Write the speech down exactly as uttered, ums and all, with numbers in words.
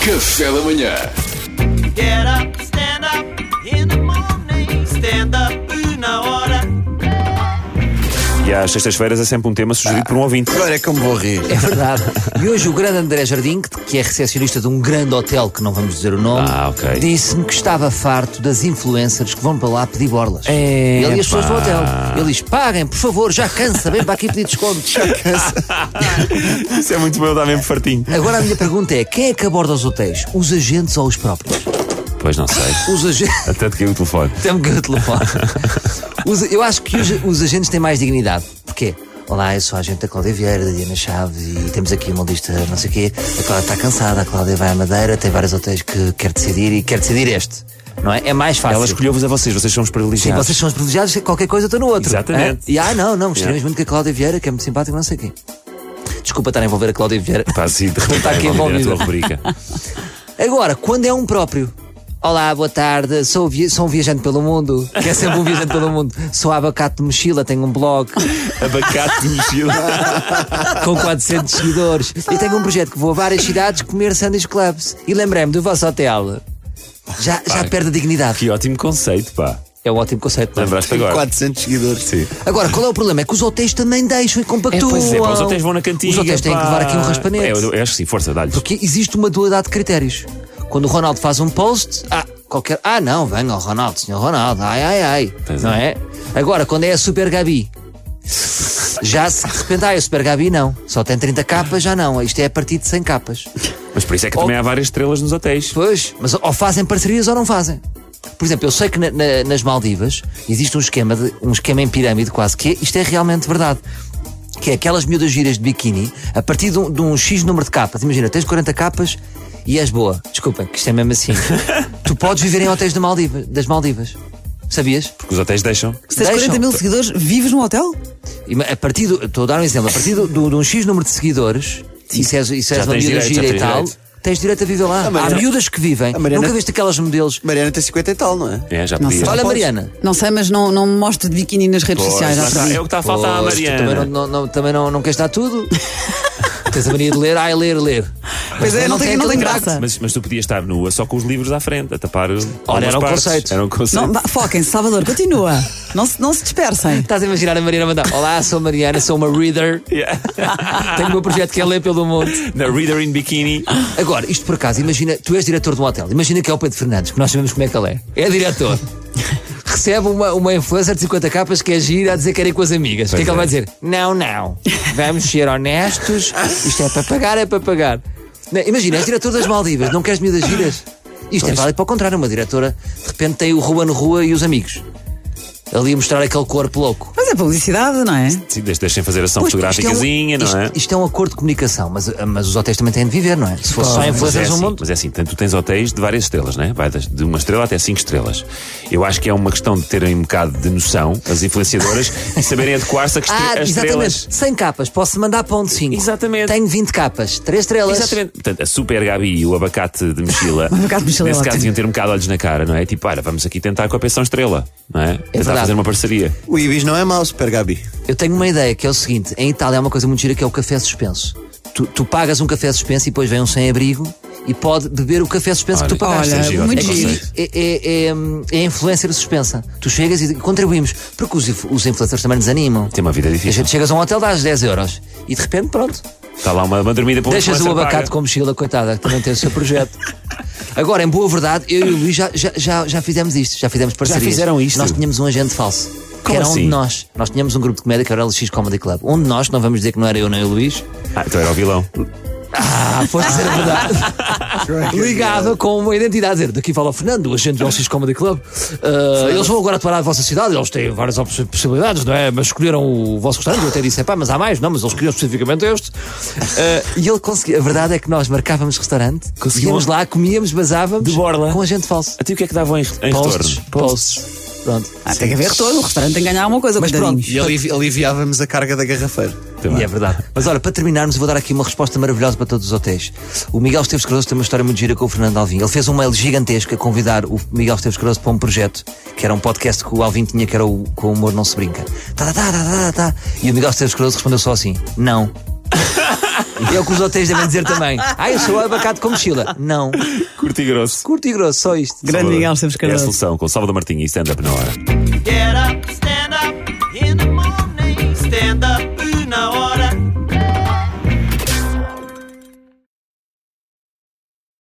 Café da Manhã. Get up, stand up in the morning. Stand up na hora. E às sextas-feiras é sempre um tema sugerido por um ouvinte. Agora é que eu me vou rir. É verdade. E hoje o grande André Jardim, que é recepcionista de um grande hotel, que não vamos dizer o nome, Ah, ok. disse-me que estava farto das influencers que vão para lá pedir borlas. É, Ele e as pessoas do pá. hotel. Ele diz, paguem, por favor, já cansa, vem para aqui pedir descontos. Isso é muito bom, dá mesmo fartinho. Agora a minha pergunta é, quem é que aborda os hotéis? Os agentes ou os próprios? Pois não sei. Os agentes... Até te caiu o telefone. Até-me caiu o telefone. Os- Eu acho que os, os agentes têm mais dignidade. Porquê? Olá, eu sou a agente da Cláudia Vieira, da Diana Chaves, e temos aqui uma lista não sei o quê. A Cláudia está cansada, a Cláudia vai à Madeira, tem vários hotéis que quer decidir e quer decidir este. Não é? É mais fácil. Ela escolheu-vos a vocês, vocês são os Sim, privilegiados. vocês são os privilegiados, qualquer coisa estou no outro. Exatamente. É? E ah, não, não, gostaríamos muito que a Cláudia Vieira, que é muito simpática, não sei o quê. Desculpa estar a envolver a Cláudia Vieira. Pá, sim, de repente Está aqui vai envolver envolvida. a tua rubrica. Agora, quando é um próprio. Olá, boa tarde, sou, vi- sou um viajante pelo mundo, que é sempre um viajante pelo mundo. Sou abacate de mochila, tenho um blog Abacate de mochila. com quatrocentos seguidores e tenho um projeto que vou a várias cidades comer sanduíche clubs. E lembrei-me do vosso hotel. Já, já Pá, perde a dignidade. Que ótimo conceito, pá. É um ótimo conceito. não é? Lembraste agora? quatrocentos seguidores. Sim. Agora, qual é o problema? É que os hotéis também deixam e É, compactuam. pois é, pá, os hotéis vão na cantiga. Os hotéis têm que pá. levar aqui um raspanete. É, eu, eu acho que sim, força, dá-lhes. Porque existe uma dualidade de critérios. Quando o Ronaldo faz um post, ah, qualquer. Ah, não, venha o Ronaldo, senhor Ronaldo, ai, ai, ai. Pois não é. é? Agora, quando é a Super Gabi, já se de repente, ah, a Super Gabi não. Só tem trinta capas, já não. Isto é a partir de cem capas. Mas por isso é que também há várias estrelas nos hotéis. Pois, mas ou fazem parcerias ou não fazem. Por exemplo, eu sei que na- na- nas Maldivas existe um esquema, de, um esquema em pirâmide quase, que é, isto é realmente verdade. Que é aquelas miúdas giras de biquíni, a partir de um, de um X número de capas. Imagina, tens quarenta capas e és boa. Desculpem, que isto é mesmo assim. Tu podes viver em hotéis de Maldivas, das Maldivas. Sabias? Porque os hotéis deixam. Se tens Deixam. quarenta mil seguidores, vives num hotel? E a partir do, estou a dar um exemplo, a partir do, do- de um X número de seguidores, e se és, e se és Já uma tens miúda direito, gira já e tens tal, direito. tens direito a viver lá. A Mariana- Há miúdas que vivem. A Mariana- Nunca viste aquelas modelos. Mariana tem cinquenta e tal, não é? É, já Não podia. sei. Olha, Podes. Mariana. Não sei, mas não, não me mostro de biquíni nas redes Pois, sociais. lá Já está. percebi. É o que está a faltar à Pois, tu Mariana. Também, não, não, não, também não, não queres dar tudo? Tens a mania de ler, ai, ler, ler. Pois é, não tem- não tem aquele graça. Mas, mas tu podias estar nua só com os livros à frente, a tapar. Olha, algumas era um partes. conceito. Era um conceito. Não, vá, foquem-se, Salvador, continua. Não se, não se dispersem. Estás a imaginar a Mariana mandar: olá, sou a Mariana, sou uma reader, Yeah. tenho o meu projeto que é ler pelo mundo. Na Reader in Bikini. Agora, isto por acaso, imagina, tu és diretor de um hotel, imagina que é o Pedro Fernandes, que nós sabemos como é que ele é. É diretor. Recebe uma, uma influencer de cinquenta capas que é gira a dizer que quer ir com as amigas. O que é que ele vai dizer? Não, não. Vamos ser honestos. Isto é para pagar, é para pagar. Não, imagina, és diretor das Maldivas, não queres miúdas giras? Isto é válido para o contrário. Uma diretora, de repente, tem o Rua no Rua e os amigos. Ali a mostrar aquele corpo louco. Mas é publicidade, não é? Sim, des- deixem fazer ação Pois, fotográficazinha, isto é um, não é? Isto, isto é um acordo de comunicação, mas, mas os hotéis também têm de viver, não é? Se fosse só Mas é, influencers no assim, mundo. mas é assim, tanto tu tens hotéis de várias estrelas, né? Vai das- de uma estrela até cinco estrelas. Eu acho que é uma questão de terem um bocado de noção, as influenciadoras, e saberem adequar-se a que estre- Ah, as exatamente. estrelas. cem capas, posso mandar para um de cinco. Exatamente. Tenho vinte capas, três estrelas. Exatamente. Portanto, a Super Gabi e o abacate de mochila, O abacate de mochila é nesse caso, ótimo. iam ter um bocado olhos na cara, não é? Tipo, olha, vamos aqui tentar com a pensão estrela, não é? Tentar verdade. fazer uma parceria. O Ibis não é mau, Super Gabi. Eu tenho uma ideia que é o seguinte: em Itália há uma coisa muito gira que é o café suspenso. Tu, tu pagas um café suspenso e depois vem um sem-abrigo e pode beber o café suspenso que tu pagaste. olha, Giro, muito ótimo giro. conceito. É, é, é, é a influencer suspensa. Tu chegas e contribuímos. Porque os, inf- os influencers também nos animam. Tem uma vida A difícil. gente chegas a um hotel, dás dez euros e de repente, pronto. Está lá uma, uma dormida para um Deixas o influencer abacate paga. com mochila, coitada, que também tem o seu projeto. Agora, em boa verdade, eu e o Luís já, já, já, já fizemos isto, já fizemos parcerias. fizeram isto? Nós tínhamos um agente falso. Que Como era um assim? de nós. Nós tínhamos um grupo de comédia que era o L X Comedy Club. Um de nós, não vamos dizer que não era eu nem o Luís. Ah, então era o vilão. Ah, foste dizer a verdade. Ligado com uma identidade a dizer: daqui fala o Fernando, o agente do L X Comedy Club. Ah, eles vão agora atuar à vossa cidade, eles têm várias op- possibilidades, não é? Mas escolheram o vosso restaurante. Eu até disse: pá, mas há mais, não, mas eles escolheram especificamente este. Ah, e ele conseguia. A verdade é que nós marcávamos restaurante, Conseguiam- íamos lá, comíamos, basávamos De borla. com agente falso. Até o que é que davam em, em Posts, retorno? posts. Pronto. Ah, tem que haver retorno, o restaurante tem que ganhar alguma coisa, Mas pronto, coitadinhos. E alivi- aliviávamos a carga da garrafeira. Também. E é verdade. Mas olha, para terminarmos, eu vou dar aqui uma resposta maravilhosa para todos os hotéis. O Miguel Esteves Cardoso tem uma história muito gira com o Fernando Alvim. Ele fez um mail gigantesco a convidar o Miguel Esteves Cardoso para um projeto, que era um podcast que o Alvim tinha, que era o Com o Humor Não Se Brinca. Tá, tá, tá, tá, tá, tá. E o Miguel Esteves Cardoso respondeu só assim: não. É o que os hotéis devem dizer também. Ah, eu sou abacate com mochila. Não. Curto e grosso. Curto e grosso, só isto. Grande Miguel Sempre É a Cardoso. solução com Salvador Martinha e stand-up na hora. Get up.